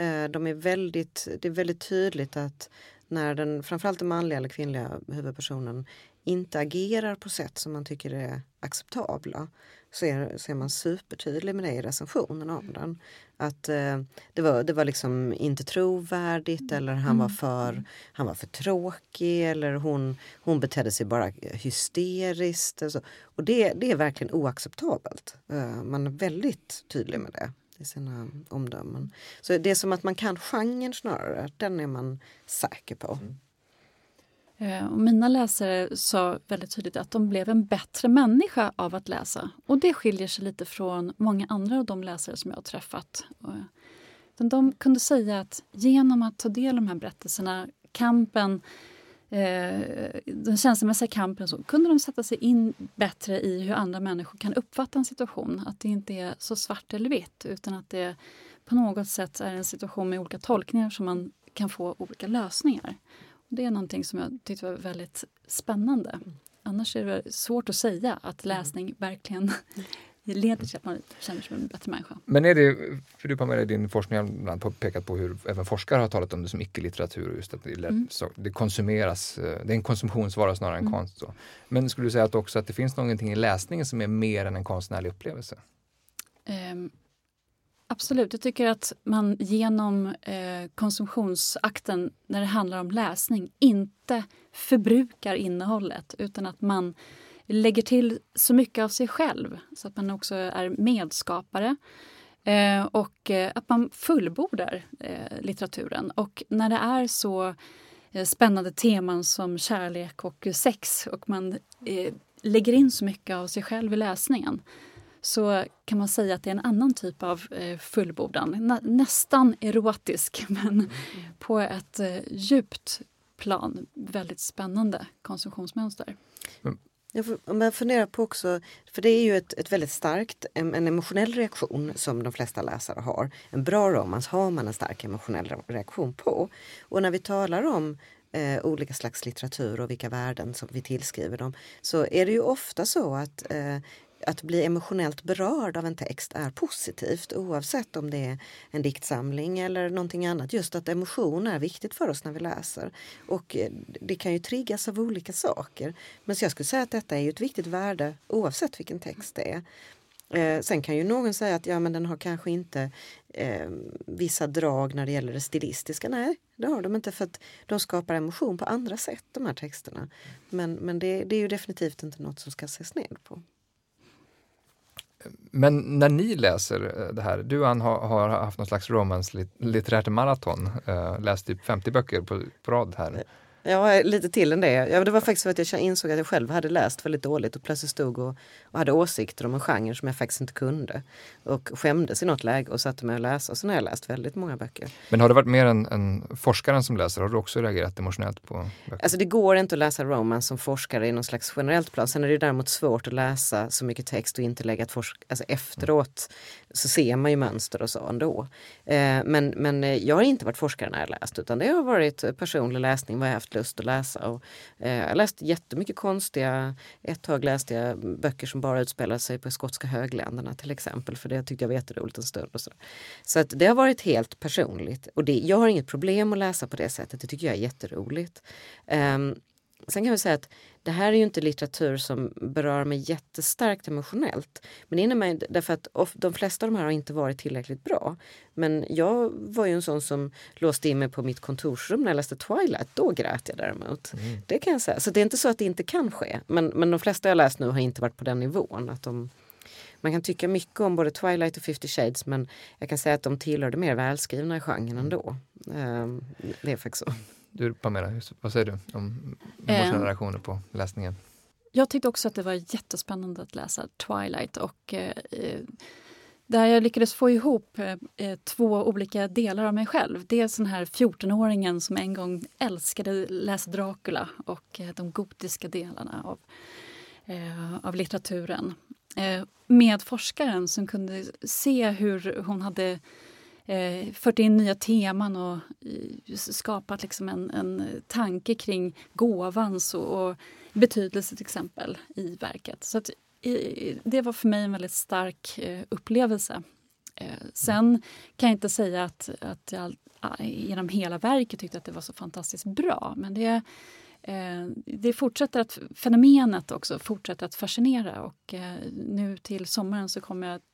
är väldigt tydligt att när framförallt den manliga eller kvinnliga huvudpersonen inte agerar på sätt som man tycker är acceptabla, så är man supertydlig med det i recensionen av den. Att det var liksom inte trovärdigt, eller han var för tråkig, eller hon betedde sig bara hysteriskt. Och det är verkligen oacceptabelt. Man är väldigt tydlig med det i sina omdömen. Så det är som att man kan genren snarare, den är man säker på. Och mina läsare sa väldigt tydligt att de blev en bättre människa av att läsa. Och det skiljer sig lite från många andra av de läsare som jag har träffat. De kunde säga att genom att ta del av de här berättelserna, den känslomässiga kampen, så kunde de sätta sig in bättre i hur andra människor kan uppfatta en situation. Att det inte är så svart eller vitt, utan att det på något sätt är en situation med olika tolkningar som man kan få olika lösningar. Det är någonting som jag tyckte var väldigt spännande. Annars är det svårt att säga att läsning verkligen leder till att man känner sig som en bättre människa. Men är det, för du har med din forskning ibland pekat på hur även forskare har talat om det som icke-litteratur och just att det konsumeras, det är en konsumtionsvara snarare än konst. Så. Men skulle du säga att det finns någonting i läsningen som är mer än en konstnärlig upplevelse? Absolut, jag tycker att man genom konsumtionsakten när det handlar om läsning inte förbrukar innehållet, utan att man lägger till så mycket av sig själv så att man också är medskapare och att man fullbordar litteraturen. Och när det är så spännande teman som kärlek och sex och man lägger in så mycket av sig själv i läsningen, så kan man säga att det är en annan typ av fullbordan. Nästan erotisk, men på ett djupt plan väldigt spännande konsumtionsmönster. Om jag funderar på också, för det är ju ett väldigt starkt, en emotionell reaktion som de flesta läsare har. En bra romans har man en stark emotionell reaktion på. Och när vi talar om olika slags litteratur och vilka värden som vi tillskriver dem, så är det ju ofta så att bli emotionellt berörd av en text är positivt, oavsett om det är en diktsamling eller någonting annat. Just att emotion är viktigt för oss när vi läser. Och det kan ju triggas av olika saker. Men så jag skulle säga att detta är ju ett viktigt värde oavsett vilken text det är. Sen kan ju någon säga att men den har kanske inte vissa drag när det gäller det stilistiska. Nej, det har de inte, för att de skapar emotion på andra sätt, de här texterna. Men det är ju definitivt inte något som ska ses ned på. Men när ni läser det här, du Ann har haft någon slags romans litterärt maraton, läst typ 50 böcker på rad här. Ja, lite till än det. Ja, det var faktiskt för att jag insåg att jag själv hade läst väldigt dåligt och plötsligt stod och hade åsikter om en genre som jag faktiskt inte kunde. Och skämdes i något läge och satte mig att läsa. Och sen har jag läst väldigt många böcker. Men har det varit mer en forskaren som läser? Har du också reagerat emotionellt på böcker? Alltså det går inte att läsa romance som forskare i någon slags generellt plan. Sen är det däremot svårt att läsa så mycket text och inte lägga alltså efteråt så ser man ju mönster och så ändå. Men jag har inte varit forskare när jag läst, utan det har varit personlig läsning vad jag haft lust att läsa. Och, jag har läst jättemycket konstiga, ett tag läste jag böcker som bara utspelade sig på skotska högländerna till exempel, för det tyckte jag var jätteroligt en stund. Och så att det har varit helt personligt och jag har inget problem att läsa på det sättet, det tycker jag är jätteroligt. Sen kan vi säga att det här är ju inte litteratur som berör mig jättestarkt emotionellt. Men det innebär därför att de flesta av de här har inte varit tillräckligt bra. Men jag var ju en sån som låste in mig på mitt kontorsrum när jag läste Twilight. Då grät jag däremot. Det kan jag säga. Så det är inte så att det inte kan ske. Men de flesta jag läst nu har inte varit på den nivån. Att man kan tycka mycket om både Twilight och 50 Shades, men jag kan säga att de tillhör det mer välskrivna i genren ändå. Det är faktiskt så. Du, Pamela, vad säger du om emotionella reaktioner på läsningen? Jag tyckte också att det var jättespännande att läsa Twilight och där jag lyckades få ihop två olika delar av mig själv. Dels den här 14-åringen som en gång älskade läsa Dracula och de gotiska delarna av litteraturen. Med forskaren som kunde se hur hon hade fört in nya teman och skapat liksom en tanke kring gåvans och betydelse till exempel i verket. Så att, det var för mig en väldigt stark upplevelse. Sen kan jag inte säga att jag genom hela verket tyckte att det var så fantastiskt bra, men det fortsätter att fenomenet också fortsätter att fascinera och nu till sommaren så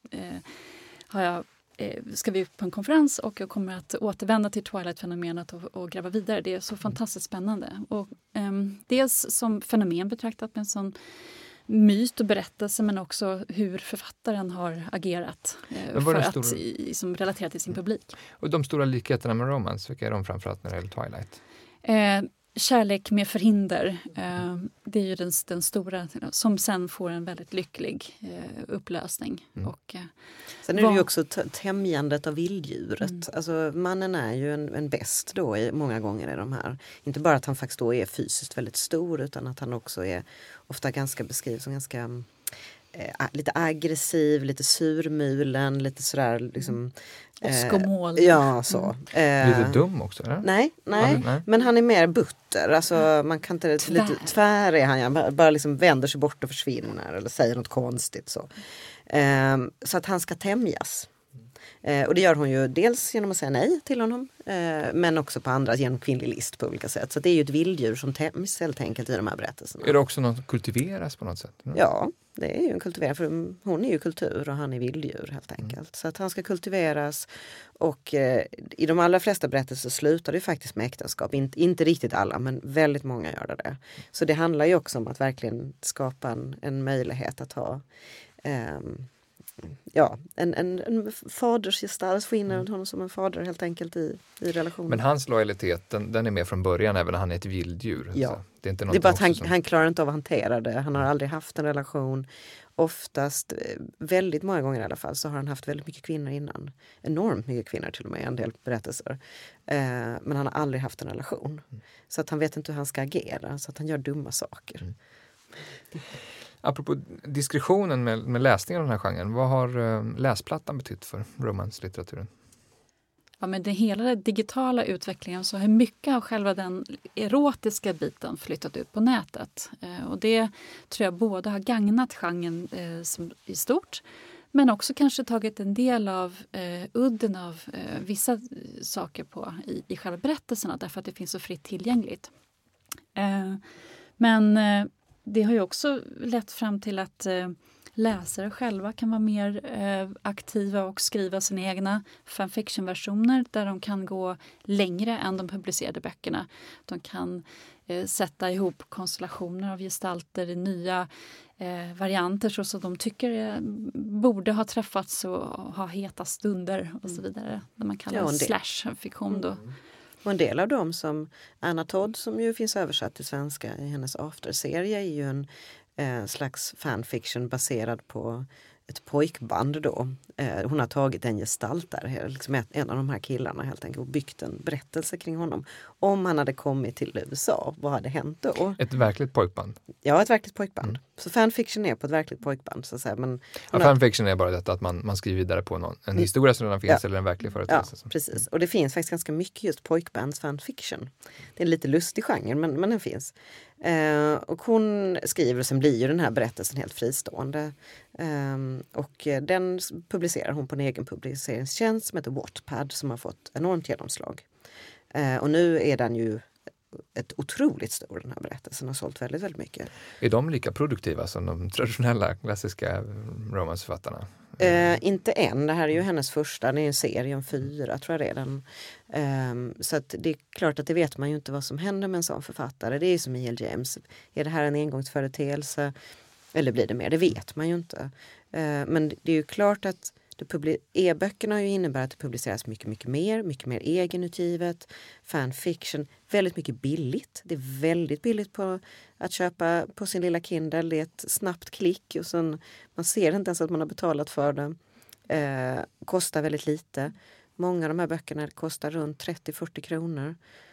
ska vi på en konferens och jag kommer att återvända till Twilight-fenomenet och gräva vidare. Det är så fantastiskt spännande. Och, dels som fenomen betraktat med en sån myt och berättelse, men också hur författaren har agerat för att som relaterat till sin publik. Och de stora likheterna med romance, vilka är de framförallt när det gäller Twilight? Kärlek med förhinder, det är ju den stora som sen får en väldigt lycklig upplösning. Och, sen är det ju också tämjandet av vilddjuret. Alltså mannen är ju en bäst då många gånger i de här. Inte bara att han faktiskt då är fysiskt väldigt stor, utan att han också är ofta ganska beskriven som ganska lite aggressiv, lite surmulen, lite sådär liksom Åskomål. Ja, så. Lite dum också, eller? Nej, men han är mer butter. Alltså, man kan inte... Lite tvär är han, bara liksom vänder sig bort och försvinner eller säger något konstigt. Så att han ska tämjas. Och det gör hon ju dels genom att säga nej till honom, men också på andra genom kvinnlig list på olika sätt. Så det är ju ett vilddjur som tämjs helt enkelt i de här berättelserna. Är det också något som kultiveras på något sätt? Ja, det är ju en kultivering, för hon är ju kultur och han är vilddjur helt enkelt. Så att han ska kultiveras och i de allra flesta berättelser slutar det faktiskt med äktenskap. Inte riktigt alla, men väldigt många gör det. Så det handlar ju också om att verkligen skapa en möjlighet att ha en fadersgestalt, få in honom som en fader helt enkelt i relationen. Men hans lojalitet, den är med från början även när han är ett vilddjur. Ja. Det är bara att han klarar inte av att hantera det. Han har aldrig haft en relation. Oftast, väldigt många gånger i alla fall, så har han haft väldigt mycket kvinnor innan. Enormt mycket kvinnor till och med, en del berättelser. Men han har aldrig haft en relation. Så att han vet inte hur han ska agera, så att han gör dumma saker. Apropå diskretionen med läsningen av den här genren, vad har läsplattan betytt för romanslitteraturen? Ja, men hela den digitala utvecklingen så har mycket av själva den erotiska biten flyttat ut på nätet. Och det tror jag både har gagnat genren i stort, men också kanske tagit en del av udden av vissa saker i själva berättelserna, därför att det finns så fritt tillgängligt. Men det har ju också lett fram till att läsare själva kan vara mer aktiva och skriva sina egna fanfiction-versioner där de kan gå längre än de publicerade böckerna. De kan sätta ihop konstellationer av gestalter i nya varianter så som de tycker borde ha träffats och ha heta stunder och så vidare. Där man kallar det slash-fiktion då. Och en del av dem som Anna Todd, som ju finns översatt till svenska i hennes After-serie, är ju en slags fanfiction baserad på ett pojkband då. Hon har tagit en gestalt där, liksom en av de här killarna helt enkelt, och byggt en berättelse kring honom. Om han hade kommit till USA, vad hade hänt då? Ett verkligt pojkband? Ja, ett verkligt pojkband. Så fanfiction är på ett verkligt pojkband. Så att säga. Men fanfiction är bara detta att man skriver vidare på en historia som redan finns eller en verklig företeelse. Ja, precis. Och det finns faktiskt ganska mycket just pojkbands fanfiction. Det är en lite lustig genre, men den finns. Och hon skriver, och sen blir ju den här berättelsen helt fristående. Och den publicerar hon på en egen publiceringstjänst som heter Wattpad, som har fått enormt genomslag. Och nu är den ju ett otroligt stor, den här berättelsen har sålt väldigt, väldigt mycket. Är de lika produktiva som de traditionella klassiska romansförfattarna? Inte än, det här är ju hennes första, det är en serie om 4 tror jag redan. Så att det är klart att det vet man ju inte vad som händer med en sån författare. Det är som E.L. James, är det här en engångsföreteelse eller blir det mer? Det vet man ju inte. Men det är ju klart att e-böckerna innebär att det publiceras mycket mer egenutgivet, fanfiction, väldigt mycket billigt. Det är väldigt billigt att köpa på sin lilla Kindle. Det är ett snabbt klick och sen, man ser inte ens att man har betalat för det. Kostar väldigt lite. Många av de här böckerna kostar runt 30-40 kronor.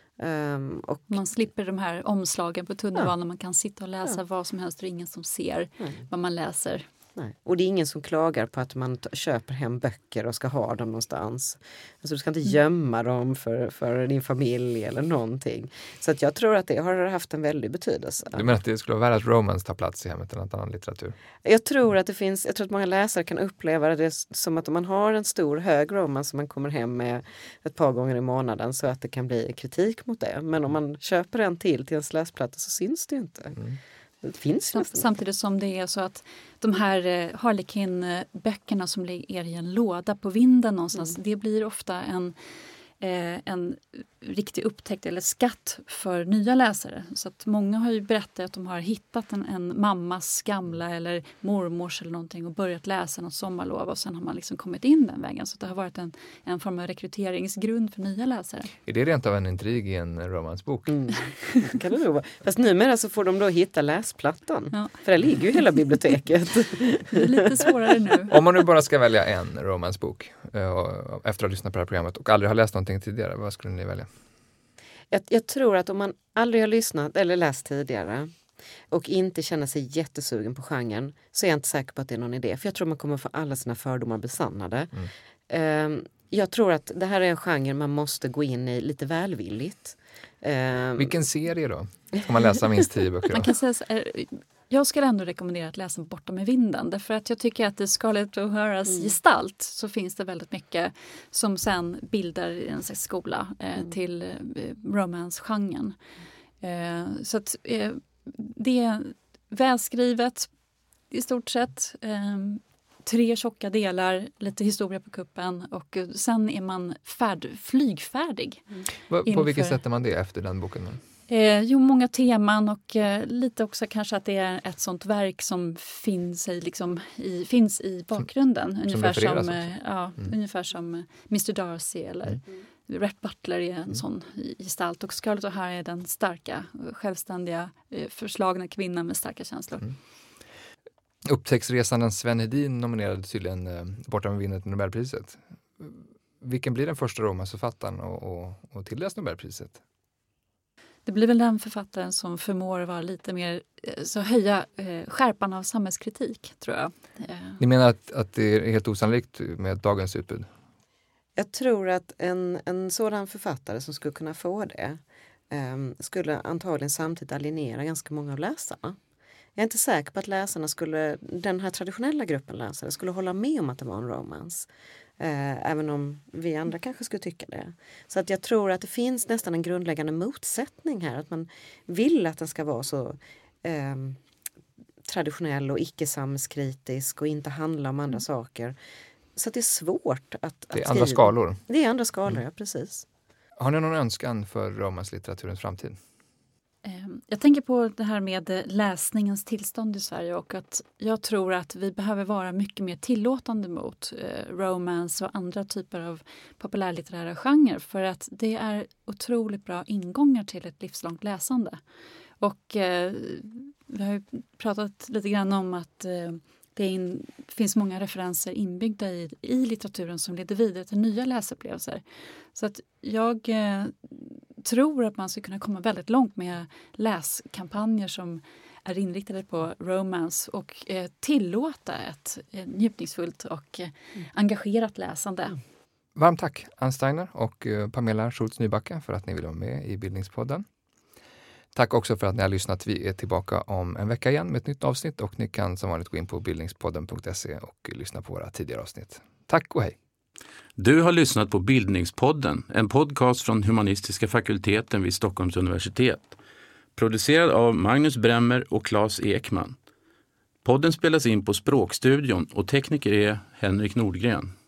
Och man slipper de här omslagen på tunnelbanan. Man kan sitta och läsa vad som helst och ingen som ser vad man läser. Nej. Och det är ingen som klagar på att man köper hem böcker och ska ha dem någonstans. Alltså du ska inte gömma dem för din familj eller någonting. Så att jag tror att det har haft en väldig betydelse. Du menar att det skulle vara värre att romance tar plats i hemmet än annan litteratur? Jag tror att många läsare kan uppleva det som att om man har en stor hög romance som man kommer hem med ett par gånger i månaden, så att det kan bli kritik mot det. Men om man köper en till ens läsplatta så syns det inte. Det finns samtidigt som det är så att de här Harlequin-böckerna som ligger i en låda på vinden någonstans, det blir ofta en riktig upptäckt eller skatt för nya läsare. Så att många har ju berättat att de har hittat en mammas gamla eller mormors eller någonting och börjat läsa något sommarlov, och sen har man liksom kommit in den vägen. Så det har varit en form av rekryteringsgrund för nya läsare. Är det rent av en intrig i en romansbok? Kan det nog vara. Fast numera så får de då hitta läsplattan. Ja. För det ligger ju hela biblioteket. Det är lite svårare nu. Om man nu bara ska välja en romansbok efter att ha lyssnat på det här programmet och aldrig har läst någonting tidigare, vad skulle ni välja? Jag tror att om man aldrig har lyssnat eller läst tidigare och inte känner sig jättesugen på genren, så är jag inte säker på att det är någon idé. För jag tror man kommer få alla sina fördomar besannade. Jag tror att det här är en genre man måste gå in i lite välvilligt. Vilken serie då? Ska man läsa minst 10 böcker? Man kan säga så, jag skulle ändå rekommendera att läsa Borta med vinden. Därför att jag tycker att i Scarlett O'Haras gestalt så finns det väldigt mycket som sen bildar en slags skola till romance-genren. Så att det är välskrivet i stort sett. 3 tjocka delar, lite historia på kuppen, och sen är man flygfärdig. På vilket sätt är man det efter den boken? Många teman och lite också kanske att det är ett sånt verk som finns i bakgrunden. Ungefär som Mr. Darcy eller Rhett Butler är en sån gestalt. Och Scarlett O'Hara är den starka, självständiga, förslagna kvinnan med starka känslor. Upptäcktsresanden Sven Hedin nominerade tydligen Borta med vinden till Nobelpriset. Vilken blir den första romansförfattaren och tilldelas Nobelpriset? Det blir väl den författaren som förmår vara lite mer, så höja skärpan av samhällskritik, tror jag. Ni menar att det är helt osannolikt med dagens utbud? Jag tror att en sådan författare som skulle kunna få det skulle antagligen samtidigt alienera ganska många av läsarna. Jag är inte säker på att den här traditionella gruppen läsare skulle hålla med om att det var en romance. Även om vi andra kanske skulle tycka det. Så att jag tror att det finns nästan en grundläggande motsättning här. Att man vill att den ska vara så traditionell och icke-samhällskritisk och inte handla om andra saker. Så att det är svårt att det är andra skalor. Det är andra skalor, ja, precis. Har ni någon önskan för romanslitteraturens framtid? Jag tänker på det här med läsningens tillstånd i Sverige och att jag tror att vi behöver vara mycket mer tillåtande mot romance och andra typer av populärlitterära genrer för att det är otroligt bra ingångar till ett livslångt läsande. Och vi har ju pratat lite grann om att det finns många referenser inbyggda i litteraturen som leder vidare till nya läsupplevelser. Så att jag tror att man ska kunna komma väldigt långt med läskampanjer som är inriktade på romance och tillåta ett njutningsfullt och engagerat läsande. Varmt tack Ann Steiner och Pamela Schultz Nybacka för att ni ville vara med i Bildningspodden. Tack också för att ni har lyssnat. Vi är tillbaka om en vecka igen med ett nytt avsnitt och ni kan som vanligt gå in på bildningspodden.se och lyssna på våra tidigare avsnitt. Tack och hej! Du har lyssnat på Bildningspodden, en podcast från Humanistiska fakulteten vid Stockholms universitet. Producerad av Magnus Bremmer och Claes Ekman. Podden spelas in på Språkstudion och tekniker är Henrik Nordgren.